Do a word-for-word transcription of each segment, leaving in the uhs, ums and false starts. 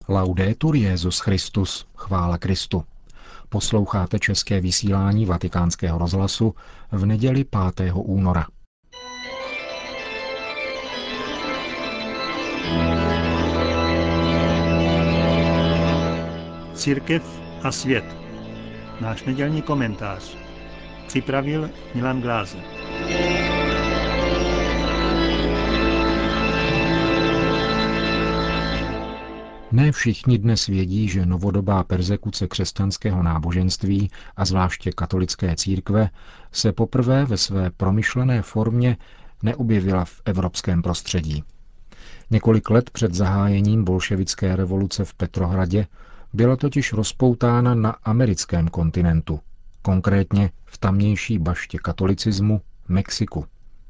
Laudetur Jesus Christus, chvála Kristu. Posloucháte české vysílání Vatikánského rozhlasu v neděli pátého února. Církev a svět. Náš nedělní komentář. Připravil Milan Glázer. Ne všichni dnes vědí, že novodobá perzekuce křesťanského náboženství a zvláště katolické církve se poprvé ve své promyšlené formě neobjevila v evropském prostředí. Několik let před zahájením bolševické revoluce v Petrohradě byla totiž rozpoutána na americkém kontinentu, konkrétně v tamnější baště katolicismu, Mexiku.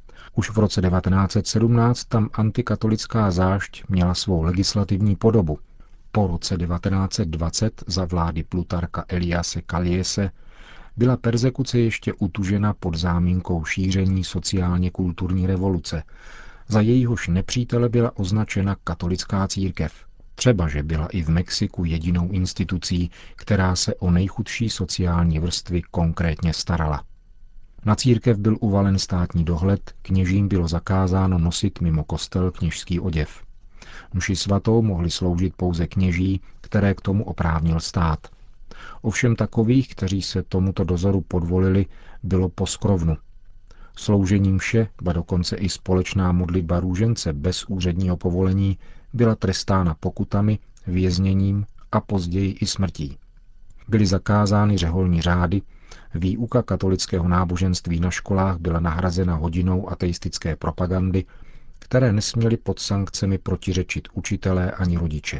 Už v roce devatenáct set sedmnáct tam antikatolická zášť měla svou legislativní podobu. Po roce devatenáct set dvacet za vlády Plutarka Eliase Calliese byla perzekuce ještě utužena pod záminkou šíření sociálně-kulturní revoluce. Za jejíhož nepřítele byla označena katolická církev. Třeba že byla i v Mexiku jedinou institucí, která se o nejchudší sociální vrstvy konkrétně starala. Na církev byl uvalen státní dohled, kněžím bylo zakázáno nosit mimo kostel kněžský oděv. Mši svatou mohli sloužit pouze kněží, které k tomu oprávnil stát. Ovšem takových, kteří se tomuto dozoru podvolili, bylo poskrovnu. Sloužení mše, ba dokonce i společná modlitba růžence bez úředního povolení, byla trestána pokutami, vězněním a později i smrtí. Byly zakázány řeholní řády, výuka katolického náboženství na školách byla nahrazena hodinou ateistické propagandy, které nesměly pod sankcemi protiřečit učitelé ani rodiče.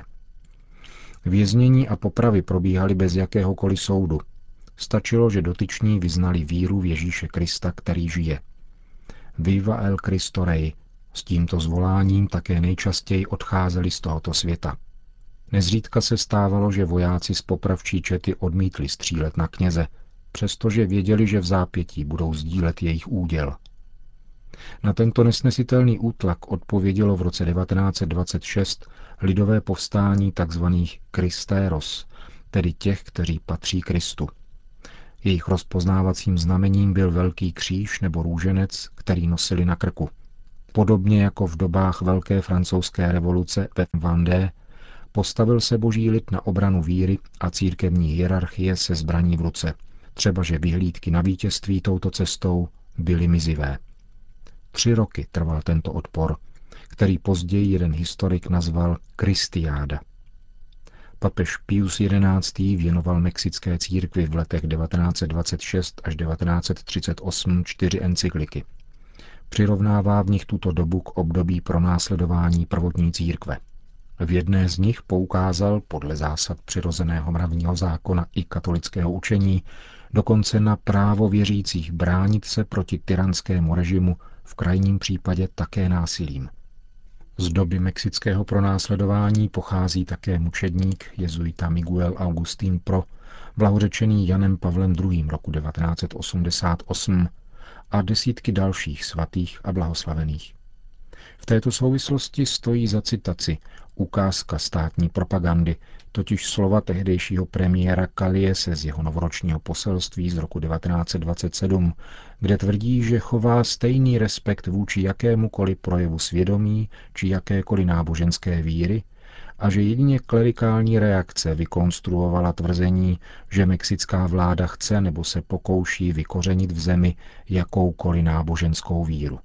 Věznění a popravy probíhaly bez jakéhokoliv soudu. Stačilo, že dotyční vyznali víru v Ježíše Krista, který žije. Viva el Cristo Rey. S tímto zvoláním také nejčastěji odcházeli z tohoto světa. Nezřídka se stávalo, že vojáci z popravčí čety odmítli střílet na kněze, přestože věděli, že v zápětí budou sdílet jejich úděl. Na tento nesnesitelný útlak odpovědělo v roce devatenáct set dvacet šest lidové povstání tzv. Kristéros, tedy těch, kteří patří Kristu. Jejich rozpoznávacím znamením byl velký kříž nebo růženec, který nosili na krku. Podobně jako v dobách Velké francouzské revoluce ve Vendée postavil se boží lid na obranu víry a církevní hierarchie se zbraní v ruce, třeba že vyhlídky na vítězství touto cestou byly mizivé. Tři roky trval tento odpor, který později jeden historik nazval Kristiáda. Papež Pius jedenáctý věnoval mexické církvi v letech devatenáct set dvacet šest až devatenáct set třicet osm čtyři encykliky. Přirovnává v nich tuto dobu k období pronásledování prvotní církve. V jedné z nich poukázal podle zásad přirozeného mravního zákona i katolického učení dokonce na právo věřících bránit se proti tyranskému režimu, v krajním případě také násilím. Z doby mexického pronásledování pochází také mučedník jezuita Miguel Augustín Pro, blahořečený Janem Pavlem druhým. roku devatenáct set osmdesát osm a desítky dalších svatých a blahoslavených. V této souvislosti stojí za citaci ukázka státní propagandy, totiž slova tehdejšího premiéra Calliese z jeho novoročního poselství z roku devatenáct set dvacet sedm, kde tvrdí, že chová stejný respekt vůči jakémukoliv projevu svědomí či jakékoliv náboženské víry a že jedině klerikální reakce vykonstruovala tvrzení, že mexická vláda chce nebo se pokouší vykořenit v zemi jakoukoliv náboženskou víru.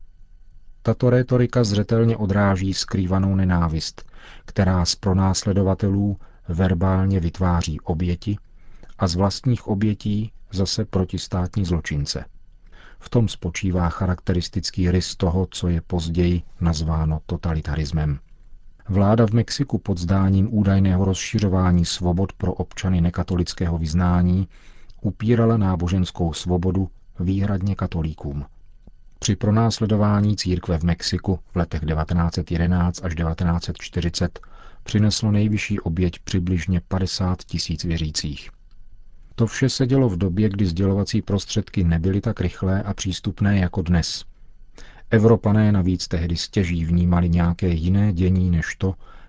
Tato rétorika zřetelně odráží skrývanou nenávist, která z pronásledovatelů verbálně vytváří oběti a z vlastních obětí zase protistátní zločince. V tom spočívá charakteristický rys toho, co je později nazváno totalitarismem. Vláda v Mexiku pod zdáním údajného rozšiřování svobod pro občany nekatolického vyznání upírala náboženskou svobodu výhradně katolíkům. Při pronásledování církve v Mexiku v letech devatenáct set jedenáct až devatenáct set čtyřicet přineslo nejvyšší oběť přibližně padesát tisíc věřících. To vše se dělo v době, kdy sdělovací prostředky nebyly tak rychlé a přístupné jako dnes. Evropané navíc tehdy stěží vnímali nějaké jiné dění než to,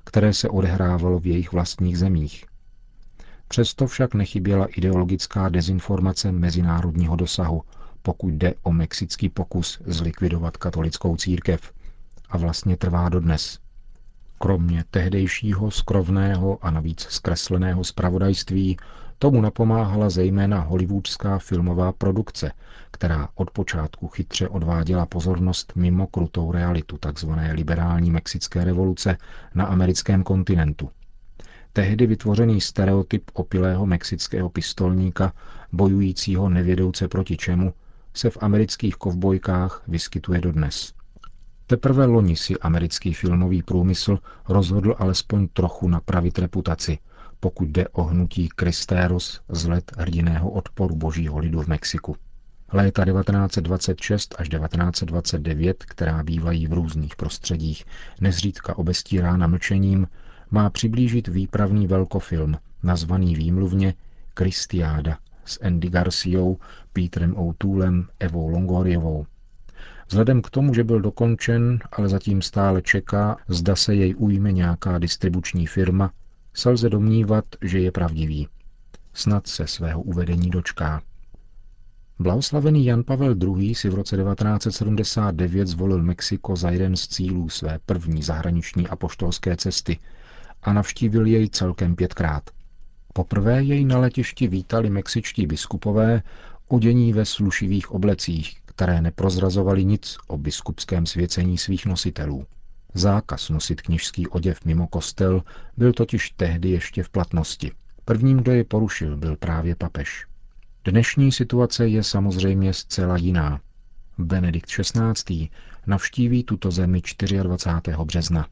které se odehrávalo v jejich vlastních zemích. Přesto však nechyběla ideologická dezinformace mezinárodního dosahu, pokud jde o mexický pokus zlikvidovat katolickou církev, a vlastně trvá dodnes. Kromě tehdejšího skrovného a navíc zkresleného zpravodajství tomu napomáhala zejména hollywoodská filmová produkce, která od počátku chytře odváděla pozornost mimo krutou realitu tzv. Liberální mexické revoluce na americkém kontinentu. Tehdy vytvořený stereotyp opilého mexického pistolníka, bojujícího nevědouce proti čemu, se v amerických kovbojkách vyskytuje dodnes. Teprve loni si americký filmový průmysl rozhodl alespoň trochu napravit reputaci, pokud jde o hnutí Cristeros z let hrdinného odporu božího lidu v Mexiku. Léta devatenáct set dvacet šest až devatenáct set dvacet devět, která bývají v různých prostředích nezřídka obestírána mlčením, má přiblížit výpravný velkofilm, nazvaný výmluvně Cristiáda, s Andy Garciou, Petrem O'Toolem, Evou Longoriovou. Vzhledem k tomu, že byl dokončen, ale zatím stále čeká, zda se jej ujme nějaká distribuční firma, se lze domnívat, že je pravdivý. Snad se svého uvedení dočká. Blahoslavený Jan Pavel druhý. si v roce devatenáct set sedmdesát devět zvolil Mexiko za jeden z cílů své první zahraniční apoštolské cesty a navštívil jej celkem pětkrát. Poprvé jej na letišti vítali mexičtí biskupové, odění ve slušivých oblecích, které neprozrazovaly nic o biskupském svěcení svých nositelů. Zákaz nosit kněžský oděv mimo kostel byl totiž tehdy ještě v platnosti. Prvním, kdo je porušil, byl právě papež. Dnešní situace je samozřejmě zcela jiná. Benedikt šestnáctý. navštíví tuto zemi dvacátého čtvrtého března.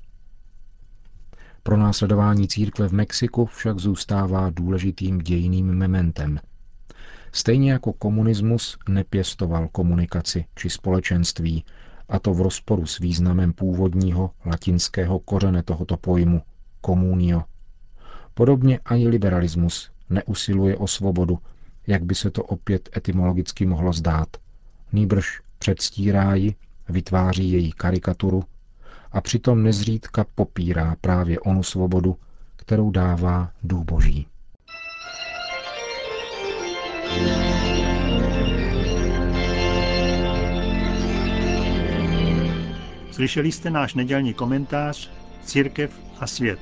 Pronásledování církve v Mexiku však zůstává důležitým dějiným mementem. Stejně jako komunismus nepěstoval komunikaci či společenství, a to v rozporu s významem původního latinského kořene tohoto pojmu communio. Podobně ani liberalismus neusiluje o svobodu, jak by se to opět etymologicky mohlo zdát. Nýbrž předstírá ji, vytváří její karikaturu a přitom nezřídka popírá právě onu svobodu, kterou dává Duch Boží. Slyšeli jste náš nedělní komentář Církev a svět.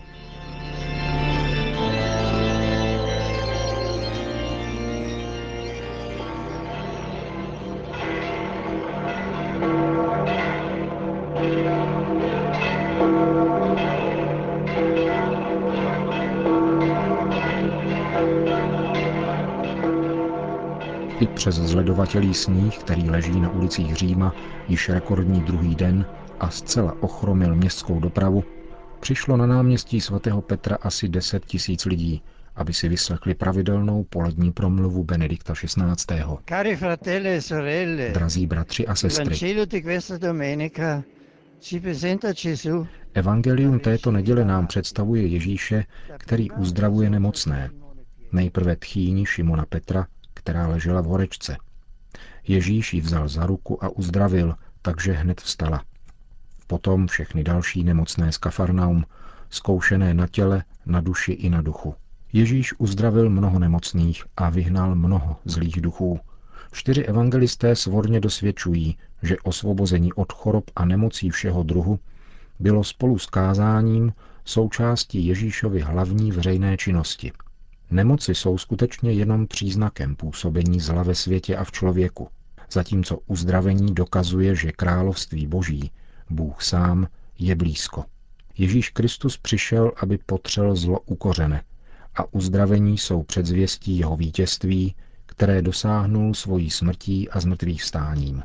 I přes zledovatelý sníh, který leží na ulicích Říma již rekordní druhý den a zcela ochromil městskou dopravu, přišlo na náměstí svatého Petra asi deset tisíc lidí, aby si vyslechli pravidelnou polední promluvu Benedikta šestnáctého. Cari fratelli e sorelle, Drazí bratři a sestry, Vangelo di questa domenica ci presenta Gesù. Evangelium této neděle nám představuje Ježíše, který uzdravuje nemocné. Nejprve tchýni Šimona Petra, která ležela v horečce. Ježíš ji vzal za ruku a uzdravil, takže hned vstala. Potom všechny další nemocné z Kafarnaum, zkoušené na těle, na duši i na duchu. Ježíš uzdravil mnoho nemocných a vyhnal mnoho zlých duchů. Čtyři evangelisté svorně dosvědčují, že osvobození od chorob a nemocí všeho druhu bylo spolu s kázáním součástí Ježíšovy hlavní veřejné činnosti. Nemoci jsou skutečně jenom příznakem působení zla ve světě a v člověku, zatímco uzdravení dokazuje, že království Boží, Bůh sám, je blízko. Ježíš Kristus přišel, aby potřel zlo u kořene, a uzdravení jsou předzvěstí jeho vítězství, které dosáhnul svojí smrtí a zmrtvých vstáním.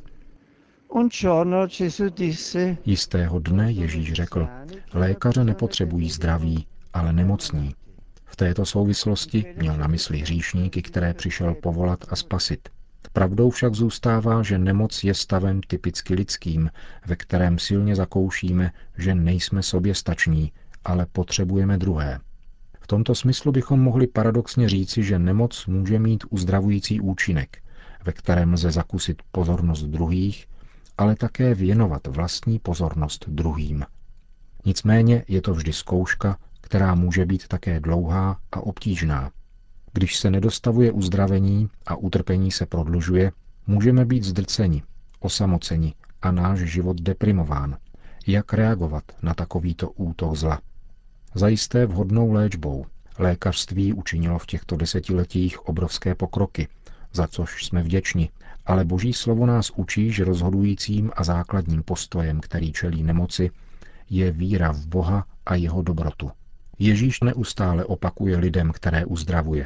Jistého dne Ježíš řekl, lékaře nepotřebují zdraví, ale nemocní. V této souvislosti měl na mysli hříšníky, které přišel povolat a spasit. Pravdou však zůstává, že nemoc je stavem typicky lidským, ve kterém silně zakoušíme, že nejsme soběstační, ale potřebujeme druhé. V tomto smyslu bychom mohli paradoxně říci, že nemoc může mít uzdravující účinek, ve kterém lze zakusit pozornost druhých, ale také věnovat vlastní pozornost druhým. Nicméně je to vždy zkouška, která může být také dlouhá a obtížná. Když se nedostavuje uzdravení a utrpení se prodlužuje, můžeme být zdrceni, osamoceni a náš život deprimován. Jak reagovat na takovýto útok zla? Zajisté vhodnou léčbou. Lékařství učinilo v těchto desetiletích obrovské pokroky, za což jsme vděční, ale Boží slovo nás učí, že rozhodujícím a základním postojem, který čelí nemoci, je víra v Boha a jeho dobrotu. Ježíš neustále opakuje lidem, které uzdravuje.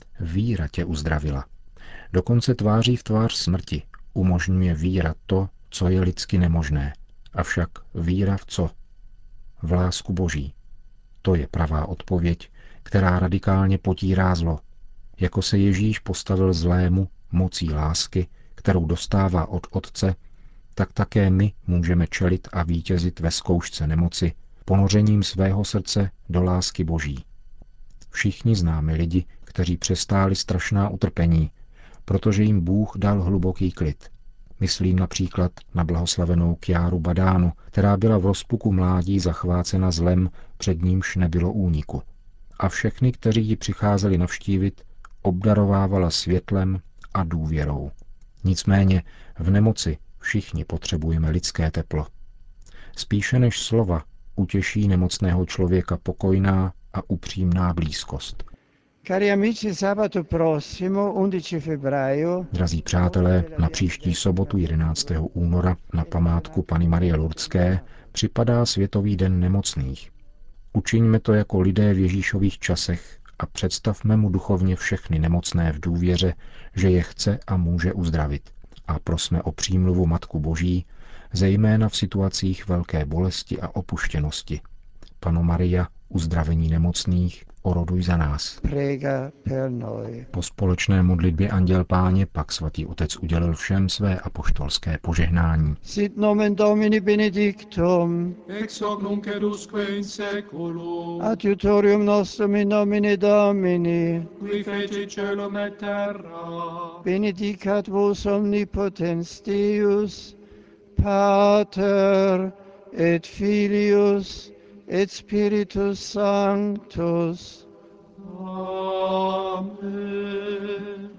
Víra tě uzdravila. Dokonce tváří v tvář smrti umožňuje víra to, co je lidsky nemožné. Avšak víra v co? V lásku Boží. To je pravá odpověď, která radikálně potírá zlo. Jako se Ježíš postavil zlému mocí lásky, kterou dostává od Otce, tak také my můžeme čelit a vítězit ve zkoušce nemoci ponořením svého srdce do lásky Boží. Všichni známe lidi, kteří přestáli strašná utrpení, protože jim Bůh dal hluboký klid. Myslím například na blahoslavenou Kjáru Badánu, která byla v rozpuku mládí zachvácena zlem, před nímž nebylo úniku. A všechny, kteří ji přicházeli navštívit, obdarovávala světlem a důvěrou. Nicméně v nemoci všichni potřebujeme lidské teplo. Spíše než slova utěší nemocného člověka pokojná a upřímná blízkost. Cari amici, sabato prossimo, undici febbraio, Drazí přátelé, na příští sobotu jedenáctého února na památku Panny Marie Lurdské připadá Světový den nemocných. Učiňme to jako lidé v Ježíšových časech a představme mu duchovně všechny nemocné v důvěře, že je chce a může uzdravit. A prosme o přímluvu Matku Boží, zejména v situacích velké bolesti a opuštěnosti. Panno Maria, uzdravení nemocných, oroduj za nás. prega per noi. Po společné modlitbě Anděl Páně pak svatý otec udělil všem své apoštolské požehnání. Sit nomen Domini benedictum, Ex hoc nunc et usque in seculum, adiutorium nostrum in nomine Domini, qui feci caelum et terra, benedicat vos omnipotens Deus, Pater et Filius et Spiritus Sanctus. Amen.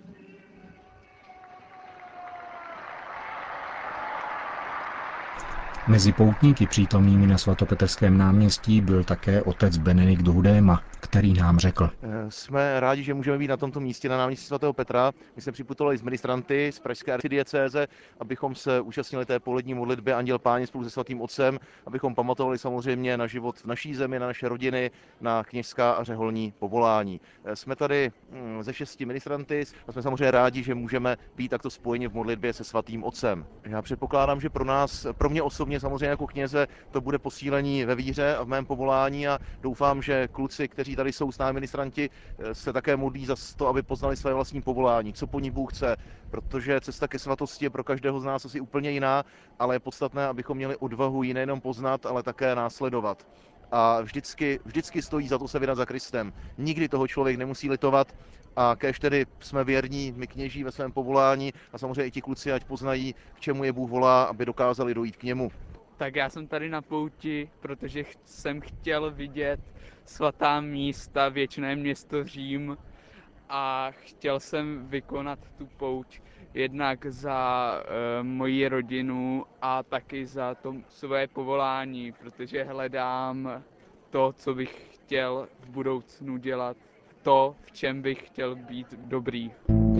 Mezi poutníky přítomnými na svatopetrském náměstí byl také otec Benedikt Hudéma, který nám řekl. Jsme rádi, že můžeme být na tomto místě na náměstí svatého Petra. My jsme připutovali z ministranty z pražské arcidiecéze, abychom se účastnili té polední modlitby Anděl Páně spolu se svatým otcem, abychom pamatovali samozřejmě na život v naší zemi, na naše rodiny, na kněžská a řeholní povolání. Jsme tady ze šesti ministranty a jsme samozřejmě rádi, že můžeme být takto spojeni v modlitbě se svatým otcem. Já předpokládám, že pro nás, pro mě osobně samozřejmě jako kněze, to bude posílení ve víře a v mém povolání a doufám, že kluci, kteří tady jsou s námi ministranti, se také modlí za to, aby poznali své vlastní povolání, co po ní Bůh chce, protože cesta ke svatosti je pro každého z nás asi úplně jiná, ale je podstatné, abychom měli odvahu ji nejenom poznat, ale také následovat. A vždycky, vždycky stojí za to se vydat za Kristem. Nikdy toho člověk nemusí litovat a kéž tedy jsme věrní, my kněží ve svém povolání a samozřejmě i ti kluci, ať poznají, k čemu je Bůh volá, aby dokázali dojít k němu. Tak já jsem tady na pouti, protože jsem chtěl vidět svatá místa, věčné město Řím a chtěl jsem vykonat tu pouť jednak za e, moji rodinu a taky za to své povolání, protože hledám to, co bych chtěl v budoucnu dělat, to, v čem bych chtěl být dobrý.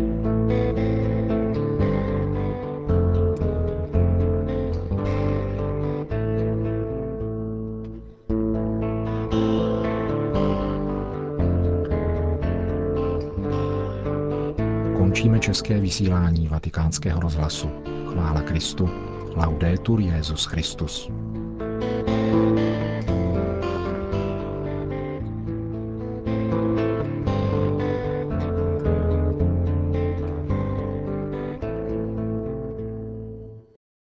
Končíme české vysílání Vatikánského rozhlasu. Chvála Kristu. Laudetur Jesus Christus.